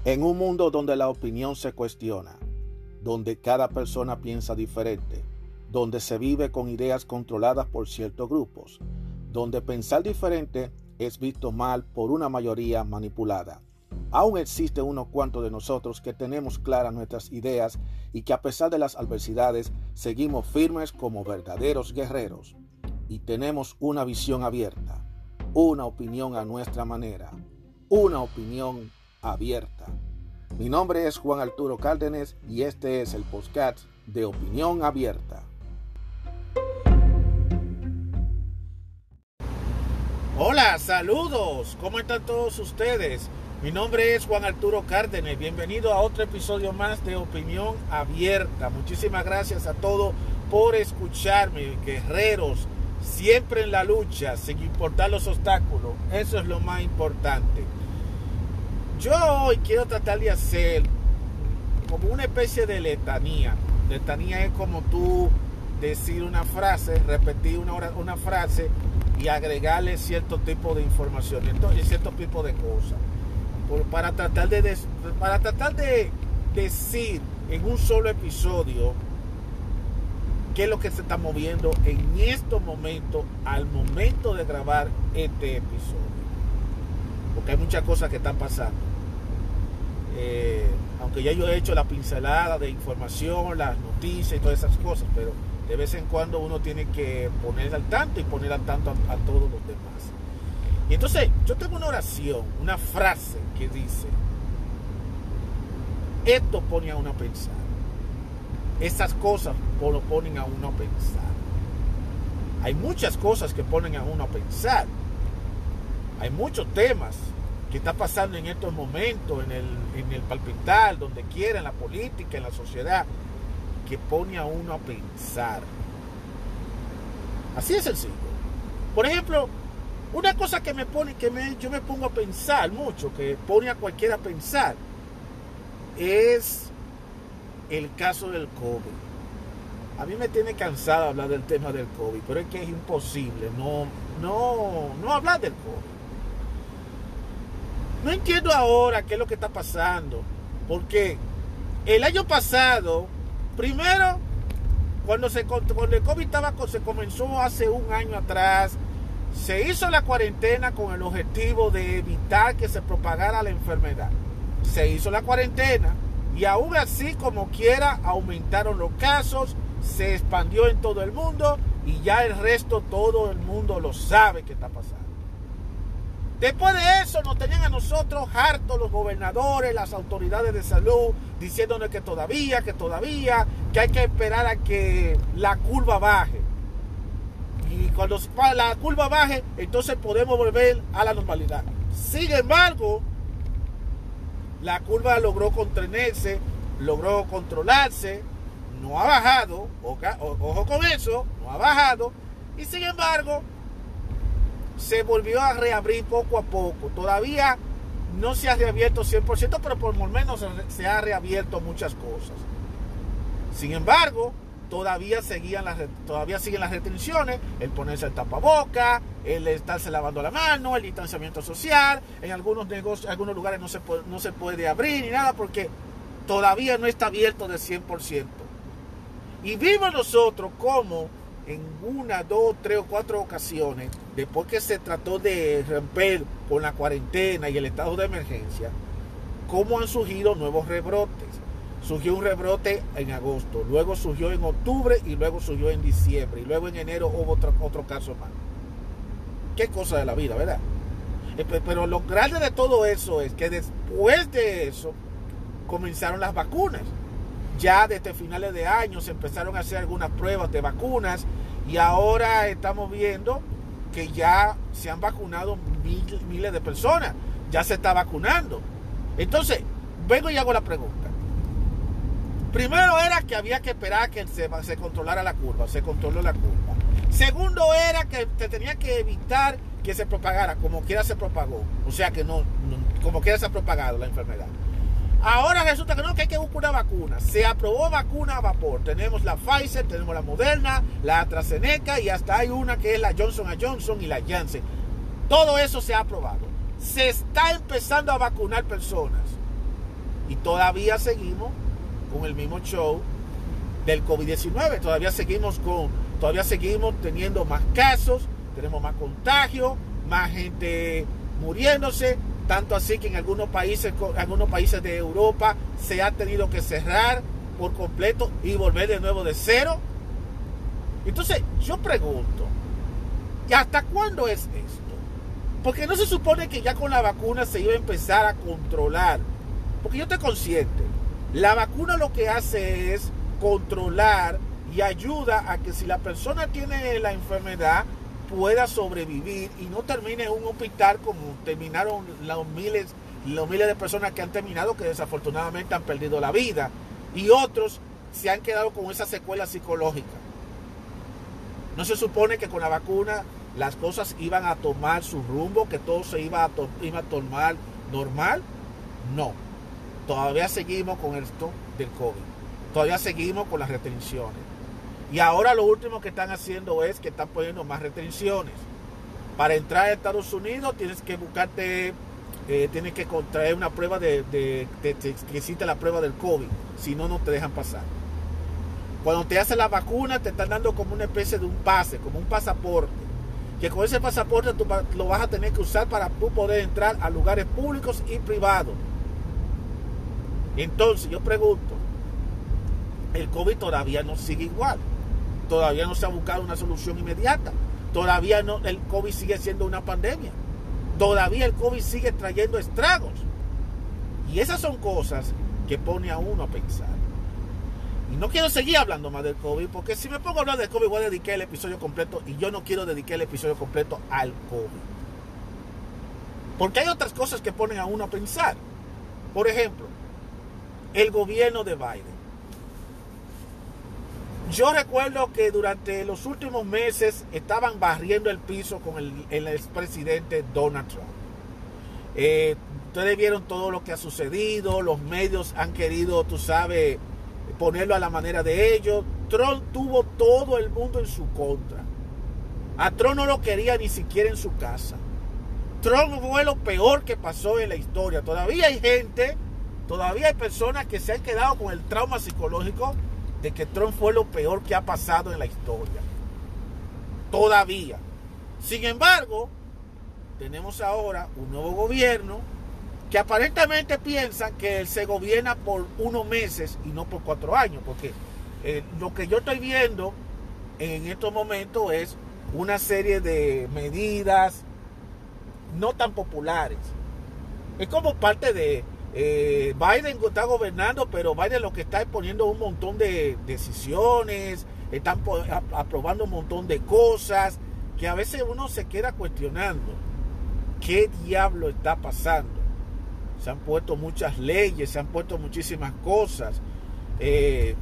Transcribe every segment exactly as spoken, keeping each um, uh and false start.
En un mundo donde la opinión se cuestiona, donde cada persona piensa diferente, donde se vive con ideas controladas por ciertos grupos, donde pensar diferente es visto mal por una mayoría manipulada, aún existe unos cuantos de nosotros que tenemos claras nuestras ideas y que a pesar de las adversidades seguimos firmes como verdaderos guerreros y tenemos una visión abierta, una opinión a nuestra manera, una opinión abierta. Mi nombre es Juan Arturo Cárdenas y este es el podcast de Opinión Abierta. Hola, saludos, ¿cómo están todos ustedes? Mi nombre es Juan Arturo Cárdenas, bienvenido a otro episodio más de Opinión Abierta. Muchísimas gracias a todos por escucharme, guerreros, siempre en la lucha, sin importar los obstáculos, eso es lo más importante. Yo hoy quiero tratar de hacer como una especie de letanía. Letanía es como tú decir una frase, repetir una, una frase y agregarle cierto tipo de información, entonces, cierto tipo de cosas. Por, para tratar de des, para tratar de decir en un solo episodio qué es lo que se está moviendo en estos momentos al momento de grabar este episodio. Porque hay muchas cosas que están pasando. Eh, aunque ya yo he hecho la pincelada de información, las noticias y todas esas cosas, pero de vez en cuando uno tiene que poner al tanto y poner al tanto a, a todos los demás. Y entonces yo tengo una oración, una frase que dice: esto pone a uno a pensar. Esas cosas lo ponen a uno a pensar. Hay muchas cosas que ponen a uno a pensar. Hay muchos temas que están pasando en estos momentos, en el, en el palpitar, donde quiera, en la política, en la sociedad, que pone a uno a pensar. Así es sencillo. Por ejemplo, una cosa que me pone, que me, yo me pongo a pensar mucho, que pone a cualquiera a pensar, es el caso del COVID. A mí me tiene cansado hablar del tema del COVID, pero es que es imposible no, no, no hablar del COVID. No entiendo ahora qué es lo que está pasando, porque el año pasado, primero, cuando, se, cuando el COVID estaba, se comenzó hace un año atrás, se hizo la cuarentena con el objetivo de evitar que se propagara la enfermedad. Se hizo la cuarentena y aún así, como quiera, aumentaron los casos, se expandió en todo el mundo y ya el resto, todo el mundo lo sabe que está pasando. Después de eso nos tenían a nosotros hartos los gobernadores, las autoridades de salud, diciéndonos que todavía, que todavía, que hay que esperar a que la curva baje. Y cuando la curva baje, entonces podemos volver a la normalidad. Sin embargo, la curva logró contenerse, logró controlarse, no ha bajado, ojo, ojo con eso, no ha bajado, y sin embargo, se volvió a reabrir poco a poco. Todavía no se ha reabierto cien por ciento, pero por lo menos se ha reabierto muchas cosas. Sin embargo, todavía seguían las, todavía siguen las restricciones, el ponerse el tapaboca, el estarse lavando la mano, el distanciamiento social. En algunos negocios, en algunos lugares no se puede, no se puede abrir ni nada porque todavía no está abierto de cien por ciento. Y vimos nosotros cómo en una, dos, tres o cuatro ocasiones, después que se trató de romper con la cuarentena y el estado de emergencia, cómo han surgido nuevos rebrotes. Surgió un rebrote en agosto, luego surgió en octubre y luego surgió en diciembre y luego en enero hubo otro, otro caso más. Qué cosa de la vida, ¿verdad? Pero lo grande de todo eso es que después de eso comenzaron las vacunas. Ya desde finales de año se empezaron a hacer algunas pruebas de vacunas y ahora estamos viendo que ya se han vacunado mil, miles de personas. Ya se está vacunando. Entonces, vengo y hago la pregunta. Primero era que había que esperar a que se, se controlara la curva. Se controló la curva. Segundo era que se tenía que evitar que se propagara. Como quiera se propagó. O sea que no, no como quiera se ha propagado la enfermedad. Ahora resulta que no, que hay que buscar una vacuna. Se aprobó vacuna a vapor. Tenemos la Pfizer, tenemos la Moderna, la AstraZeneca y hasta hay una que es la Johnson and Johnson y la Janssen. Todo eso se ha aprobado. Se está empezando a vacunar personas. Y todavía seguimos con el mismo show del COVID diecinueve. Todavía seguimos con, todavía seguimos teniendo más casos, tenemos más contagios, más gente muriéndose, tanto así que en algunos países, en algunos países de Europa se ha tenido que cerrar por completo y volver de nuevo de cero. Entonces yo pregunto, ¿y hasta cuándo es esto? Porque no se supone que ya con la vacuna se iba a empezar a controlar. Porque yo estoy consciente, la vacuna lo que hace es controlar y ayuda a que si la persona tiene la enfermedad pueda sobrevivir y no termine en un hospital como terminaron los miles, los miles de personas que han terminado, que desafortunadamente han perdido la vida, y otros se han quedado con esa secuela psicológica. No se supone que con la vacuna las cosas iban a tomar su rumbo, que todo se iba a, to iba a tomar normal. No, todavía seguimos con esto del COVID, todavía seguimos con las restricciones. Y ahora lo último que están haciendo es que están poniendo más restricciones. Para entrar a Estados Unidos tienes que buscarte, eh, tienes que traer una prueba de, de, de, de que hiciste la prueba del COVID. Si no, no te dejan pasar. Cuando te hacen la vacuna te están dando como una especie de un pase, como un pasaporte. Que con ese pasaporte tú lo vas a tener que usar para tú poder entrar a lugares públicos y privados. Entonces yo pregunto, el COVID todavía no sigue igual. Todavía no se ha buscado una solución inmediata. Todavía no, el COVID sigue siendo una pandemia. Todavía el COVID sigue trayendo estragos. Y esas son cosas que pone a uno a pensar. Y no quiero seguir hablando más del COVID, porque si me pongo a hablar del COVID voy a dedicar el episodio completo, y yo no quiero dedicar el episodio completo al COVID. Porque hay otras cosas que ponen a uno a pensar. Por ejemplo, el gobierno de Biden. Yo recuerdo que durante los últimos meses estaban barriendo el piso con el, el expresidente Donald Trump. Eh, ustedes vieron todo lo que ha sucedido, los medios han querido, tú sabes, ponerlo a la manera de ellos. Trump tuvo todo el mundo en su contra. A Trump no lo quería ni siquiera en su casa. Trump fue lo peor que pasó en la historia. Todavía hay gente, todavía hay personas que se han quedado con el trauma psicológico de que Trump fue lo peor que ha pasado en la historia. Todavía. Sin embargo, tenemos ahora un nuevo gobierno que aparentemente piensa que él se gobierna por unos meses y no por cuatro años, porque eh, lo que yo estoy viendo en estos momentos es una serie de medidas no tan populares. Es como parte de Eh, Biden está gobernando, pero Biden lo que está es poniendo un montón de decisiones, están aprobando un montón de cosas que a veces uno se queda cuestionando qué diablo está pasando. Se han puesto muchas leyes, se han puesto muchísimas cosas, eh,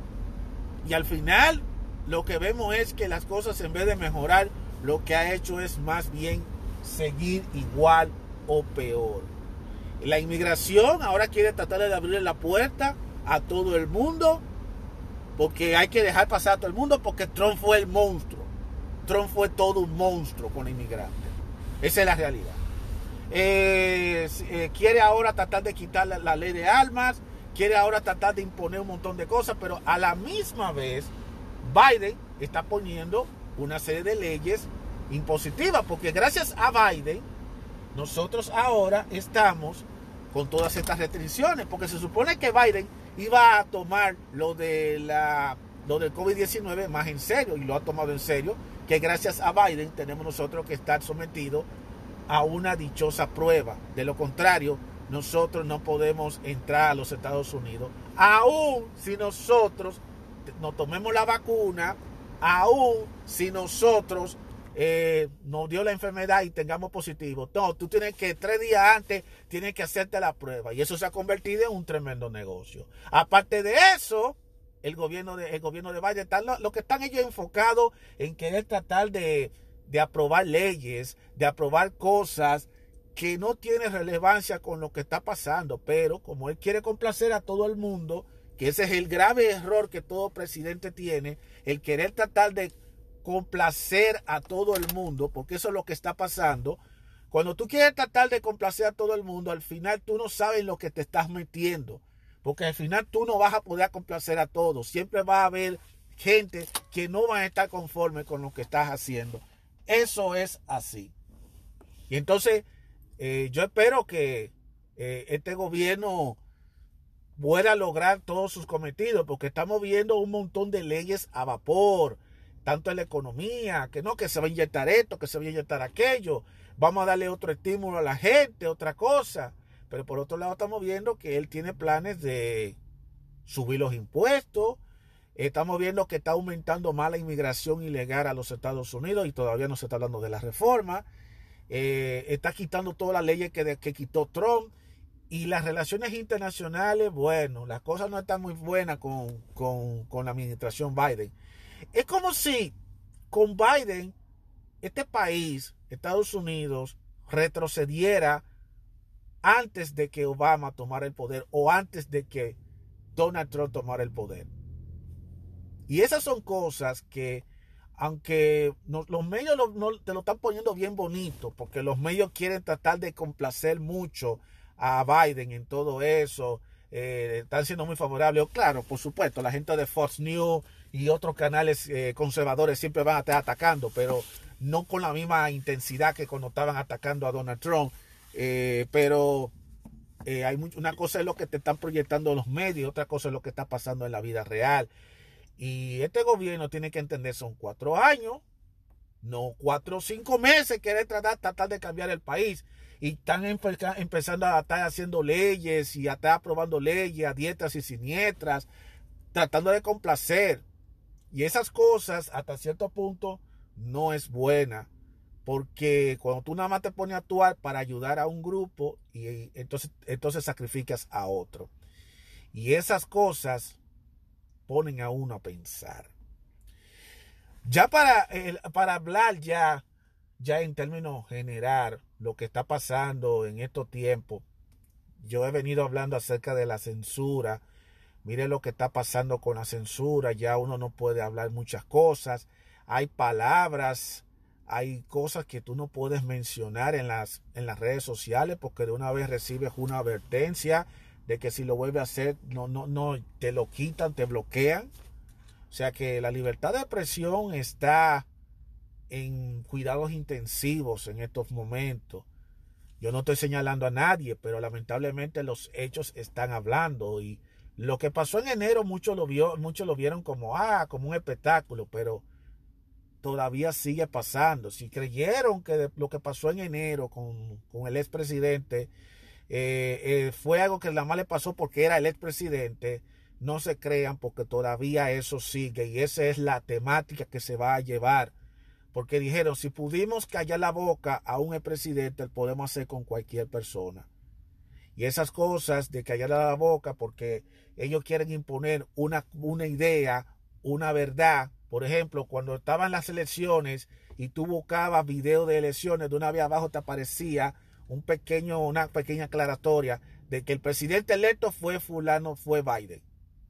y al final lo que vemos es que las cosas, en vez de mejorar, lo que ha hecho es más bien seguir igual o peor. La inmigración ahora quiere tratar de abrirle la puerta a todo el mundo, porque hay que dejar pasar a todo el mundo, porque Trump fue el monstruo. Trump fue todo un monstruo con inmigrantes. Esa es la realidad. Eh, eh, quiere ahora tratar de quitar la, la ley de armas, quiere ahora tratar de imponer un montón de cosas, pero a la misma vez Biden está poniendo una serie de leyes impositivas, porque gracias a Biden nosotros ahora estamos con todas estas restricciones, porque se supone que Biden iba a tomar lo de la lo del COVID diecinueve más en serio, y lo ha tomado en serio, que gracias a Biden tenemos nosotros que estar sometidos a una dichosa prueba. De lo contrario, nosotros no podemos entrar a los Estados Unidos, aún si nosotros nos tomemos la vacuna, aún si nosotros Eh, nos dio la enfermedad y tengamos positivo. No, tú tienes que, tres días antes, tienes que hacerte la prueba. Y eso se ha convertido en un tremendo negocio. Aparte de eso, el gobierno de, el gobierno de Biden, están, lo, lo que están ellos enfocados en querer tratar de, de aprobar leyes, de aprobar cosas que no tienen relevancia con lo que está pasando. Pero como él quiere complacer a todo el mundo, que ese es el grave error que todo presidente tiene, el querer tratar de complacer a todo el mundo, porque eso es lo que está pasando. Cuando tú quieres tratar de complacer a todo el mundo, al final tú no sabes lo que te estás metiendo. Porque al final tú no vas a poder complacer a todos. Siempre va a haber gente que no va a estar conforme con lo que estás haciendo. Eso es así. Y entonces eh, yo espero que eh, este gobierno pueda lograr todos sus cometidos, porque estamos viendo un montón de leyes a vapor, tanto en la economía, que no, que se va a inyectar esto, que se va a inyectar aquello, vamos a darle otro estímulo a la gente, otra cosa. Pero por otro lado estamos viendo que él tiene planes de subir los impuestos. Estamos viendo que está aumentando más la inmigración ilegal a los Estados Unidos y todavía no se está hablando de la reforma. Eh, está quitando todas las leyes que, de, que quitó Trump. Y las relaciones internacionales, bueno, las cosas no están muy buenas con, con, con la administración Biden. Es como si con Biden, este país, Estados Unidos, retrocediera antes de que Obama tomara el poder o antes de que Donald Trump tomara el poder. Y esas son cosas que, aunque no, los medios lo, no, te lo están poniendo bien bonito, porque los medios quieren tratar de complacer mucho a Biden en todo eso, eh, están siendo muy favorables. Claro, por supuesto, la gente de Fox News y otros canales eh, conservadores siempre van a estar atacando, pero no con la misma intensidad que cuando estaban atacando a Donald Trump. Eh, pero eh, hay mucho, una cosa es lo que te están proyectando los medios, otra cosa es lo que está pasando en la vida real. Y este gobierno tiene que entender, son cuatro años, no cuatro o cinco meses, quiere tratar, tratar de cambiar el país. Y están empezando a estar haciendo leyes y a estar aprobando leyes a diestras y siniestras, tratando de complacer. Y esas cosas, hasta cierto punto, no es buena. Porque cuando tú nada más te pones a actuar para ayudar a un grupo, y entonces, entonces sacrificas a otro. Y esas cosas ponen a uno a pensar. Ya para, para hablar ya, ya en términos general, lo que está pasando en estos tiempos, yo he venido hablando acerca de la censura. Mire lo que está pasando con la censura, ya uno no puede hablar muchas cosas, hay palabras, hay cosas que tú no puedes mencionar en las, en las redes sociales porque de una vez recibes una advertencia de que si lo vuelves a hacer, no, no, no, te lo quitan, te bloquean. O sea que la libertad de expresión está en cuidados intensivos en estos momentos. Yo no estoy señalando a nadie, pero lamentablemente los hechos están hablando. Y lo que pasó en enero, muchos lo, vio, muchos lo vieron como, ah, como un espectáculo, pero todavía sigue pasando. Si creyeron que lo que pasó en enero con, con el expresidente eh, eh, fue algo que nada más le pasó porque era el expresidente, no se crean, porque todavía eso sigue y esa es la temática que se va a llevar. Porque dijeron, si pudimos callar la boca a un expresidente, lo podemos hacer con cualquier persona. Y esas cosas de callar la boca porque ellos quieren imponer una, una idea, una verdad. Por ejemplo, cuando estaban las elecciones y tú buscabas videos de elecciones, de una vez abajo te aparecía un pequeño, una pequeña aclaratoria de que el presidente electo fue fulano, fue Biden.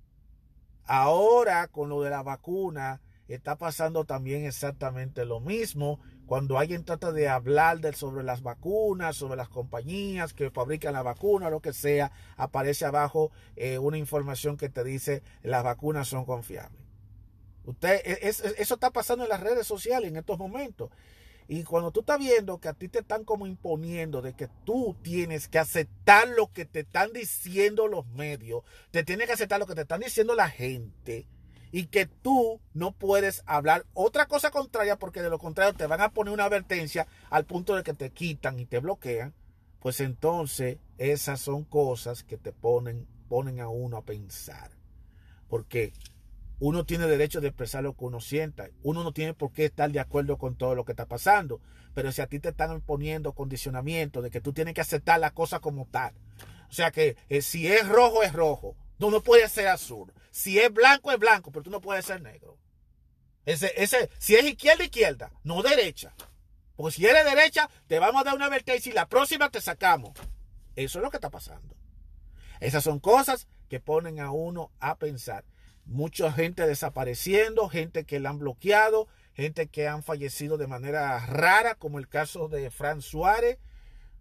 Ahora, con lo de la vacuna, está pasando también exactamente lo mismo. Cuando alguien trata de hablar de, sobre las vacunas, sobre las compañías que fabrican la vacuna, lo que sea, aparece abajo eh, una información que te dice las vacunas son confiables. Usted, es, es, eso está pasando en las redes sociales en estos momentos. Y cuando tú estás viendo que a ti te están como imponiendo de que tú tienes que aceptar lo que te están diciendo los medios, te tienes que aceptar lo que te están diciendo la gente, y que tú no puedes hablar otra cosa contraria porque de lo contrario te van a poner una advertencia al punto de que te quitan y te bloquean, pues entonces esas son cosas que te ponen, ponen a uno a pensar. Porque uno tiene derecho de expresar lo que uno sienta. Uno no tiene por qué estar de acuerdo con todo lo que está pasando. Pero si a ti te están imponiendo condicionamiento de que tú tienes que aceptar la cosa como tal. O sea que eh, si es rojo, es rojo. Tú no puedes ser azul. Si es blanco, es blanco, pero tú no puedes ser negro. Ese, ese, si es izquierda, izquierda, no derecha. Porque si eres derecha, te vamos a dar una advertencia y la próxima te sacamos. Eso es lo que está pasando. Esas son cosas que ponen a uno a pensar. Mucha gente desapareciendo, gente que la han bloqueado, gente que han fallecido de manera rara, como el caso de Fran Suárez,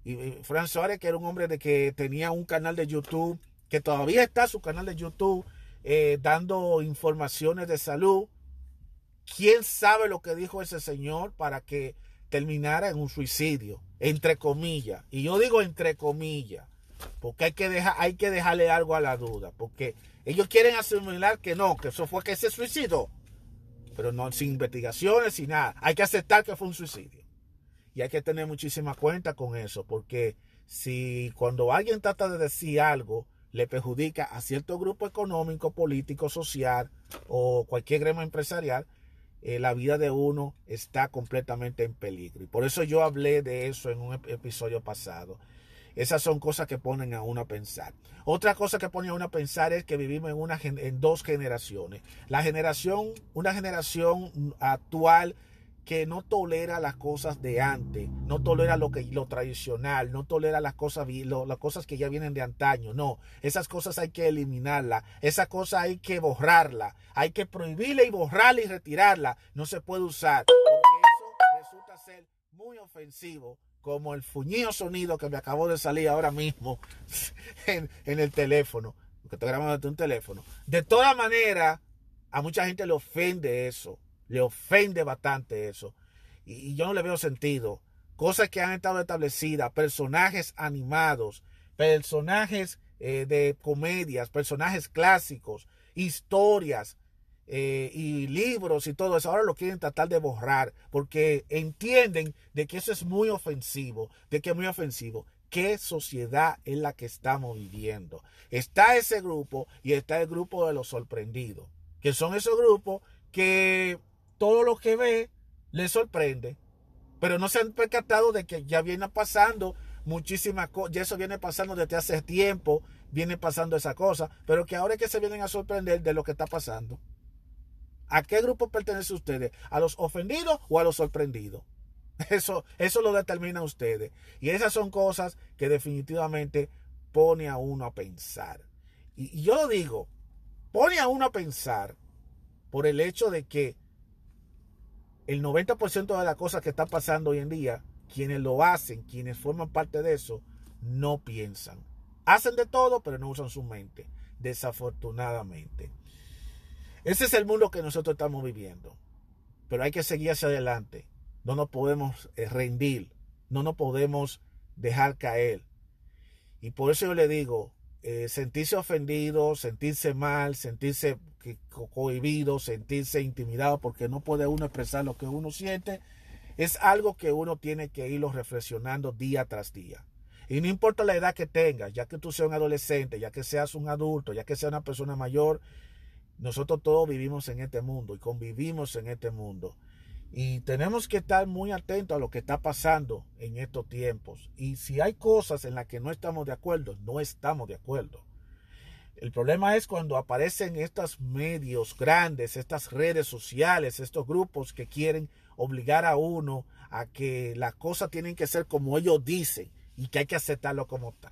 Y, y Fran Suárez, que era un hombre de que tenía un canal de YouTube, que todavía está su canal de YouTube, eh, dando informaciones de salud. ¿Quién sabe lo que dijo ese señor para que terminara en un suicidio? Entre comillas. Y yo digo entre comillas, porque hay que, dejar, hay que dejarle algo a la duda. Porque ellos quieren asimilar que no, que eso fue que se suicidó. Pero no, sin investigaciones, sin nada. Hay que aceptar que fue un suicidio. Y hay que tener muchísima cuenta con eso. Porque si cuando alguien trata de decir algo, le perjudica a cierto grupo económico, político, social o cualquier gremio empresarial, eh, la vida de uno está completamente en peligro. Y por eso yo hablé de eso en un episodio pasado. Esas son cosas que ponen a uno a pensar. Otra cosa que pone a uno a pensar es que vivimos en, una, en dos generaciones. La generación, una generación actual que no tolera las cosas de antes, no tolera lo que lo tradicional, no tolera las cosas, lo, las cosas que ya vienen de antaño. No, esas cosas hay que eliminarlas, esas cosas hay que borrarlas, hay que prohibirla y borrarla y retirarla. No se puede usar, porque eso resulta ser muy ofensivo, como el fuñido sonido que me acabó de salir ahora mismo en, en el teléfono, que estoy grabando desde un teléfono. De todas maneras, a mucha gente le ofende eso. Le ofende bastante eso. Y, y yo no le veo sentido. Cosas que han estado establecidas, personajes animados, personajes eh, de comedias, personajes clásicos, historias eh, y libros y todo eso. Ahora lo quieren tratar de borrar porque entienden de que eso es muy ofensivo, de que es muy ofensivo. ¿Qué sociedad es la que estamos viviendo? Está ese grupo y está el grupo de los sorprendidos, que son esos grupos que todo lo que ve le sorprende, pero no se han percatado de que ya viene pasando muchísimas cosas, ya eso viene pasando desde hace tiempo, viene pasando esa cosa, pero que ahora es que se vienen a sorprender de lo que está pasando. ¿A qué grupo pertenecen ustedes? ¿A los ofendidos o a los sorprendidos? Eso, eso lo determinan ustedes. Y esas son cosas que definitivamente pone a uno a pensar. Y, y yo lo digo, pone a uno a pensar por el hecho de que el noventa por ciento de las cosas que están pasando hoy en día, quienes lo hacen, quienes forman parte de eso, no piensan. Hacen de todo, pero no usan su mente, desafortunadamente. Ese es el mundo que nosotros estamos viviendo. Pero hay que seguir hacia adelante. No nos podemos rendir. No nos podemos dejar caer. Y por eso yo le digo, eh, sentirse ofendido, sentirse mal, sentirse cohibido, sentirse intimidado porque no puede uno expresar lo que uno siente, es algo que uno tiene que irlo reflexionando día tras día. Y no importa la edad que tengas, ya que tú seas un adolescente, ya que seas un adulto, ya que seas una persona mayor, nosotros todos vivimos en este mundo y convivimos en este mundo. Y tenemos que estar muy atentos a lo que está pasando en estos tiempos. Y si hay cosas en las que no estamos de acuerdo, no estamos de acuerdo. El problema es cuando aparecen estos medios grandes, estas redes sociales, estos grupos que quieren obligar a uno a que las cosas tienen que ser como ellos dicen y que hay que aceptarlo como tal.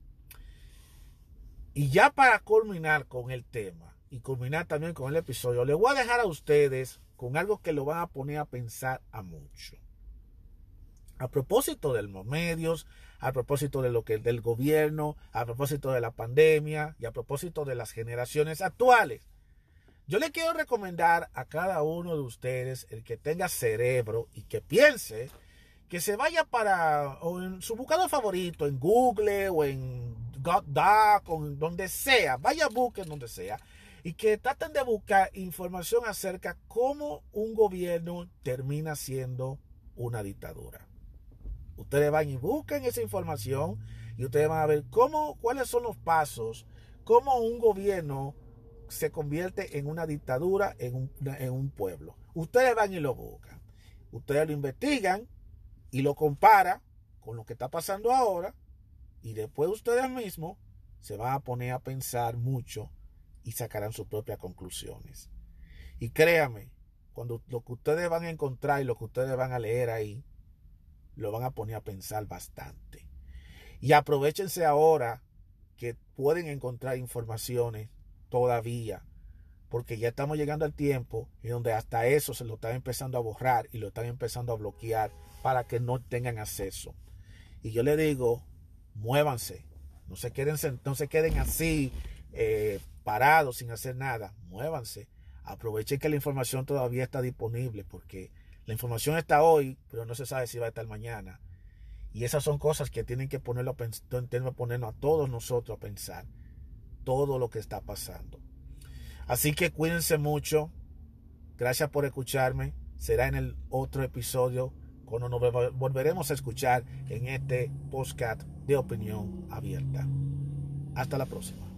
Y ya para culminar con el tema y culminar también con el episodio, les voy a dejar a ustedes con algo que lo van a poner a pensar a mucho. A propósito de los medios, a propósito de lo que del gobierno, a propósito de la pandemia y a propósito de las generaciones actuales. Yo le quiero recomendar a cada uno de ustedes, el que tenga cerebro y que piense, que se vaya para o en su buscador favorito, en Google o en GodDoc o en donde sea, vaya, busquen donde sea, y que traten de buscar información acerca de cómo un gobierno termina siendo una dictadura. Ustedes van y busquen esa información y ustedes van a ver cómo, cuáles son los pasos, cómo un gobierno se convierte en una dictadura en un, en un pueblo. Ustedes van y lo buscan. Ustedes lo investigan y lo comparan con lo que está pasando ahora y después ustedes mismos se van a poner a pensar mucho y sacarán sus propias conclusiones. Y créanme, cuando lo que ustedes van a encontrar y lo que ustedes van a leer ahí, lo van a poner a pensar bastante. Y aprovechense ahora que pueden encontrar informaciones todavía, porque ya estamos llegando al tiempo en donde hasta eso se lo están empezando a borrar y lo están empezando a bloquear para que no tengan acceso. Y yo le digo, muévanse, no se queden, no se queden así eh, parados sin hacer nada, muévanse. Aprovechen que la información todavía está disponible, porque la información está hoy, pero no se sabe si va a estar mañana. Y esas son cosas que tienen que ponerlo a pens- tienen que ponernos a todos nosotros a pensar todo lo que está pasando. Así que cuídense mucho. Gracias por escucharme. Será en el otro episodio cuando nos volveremos a escuchar en este podcast de opinión abierta. Hasta la próxima.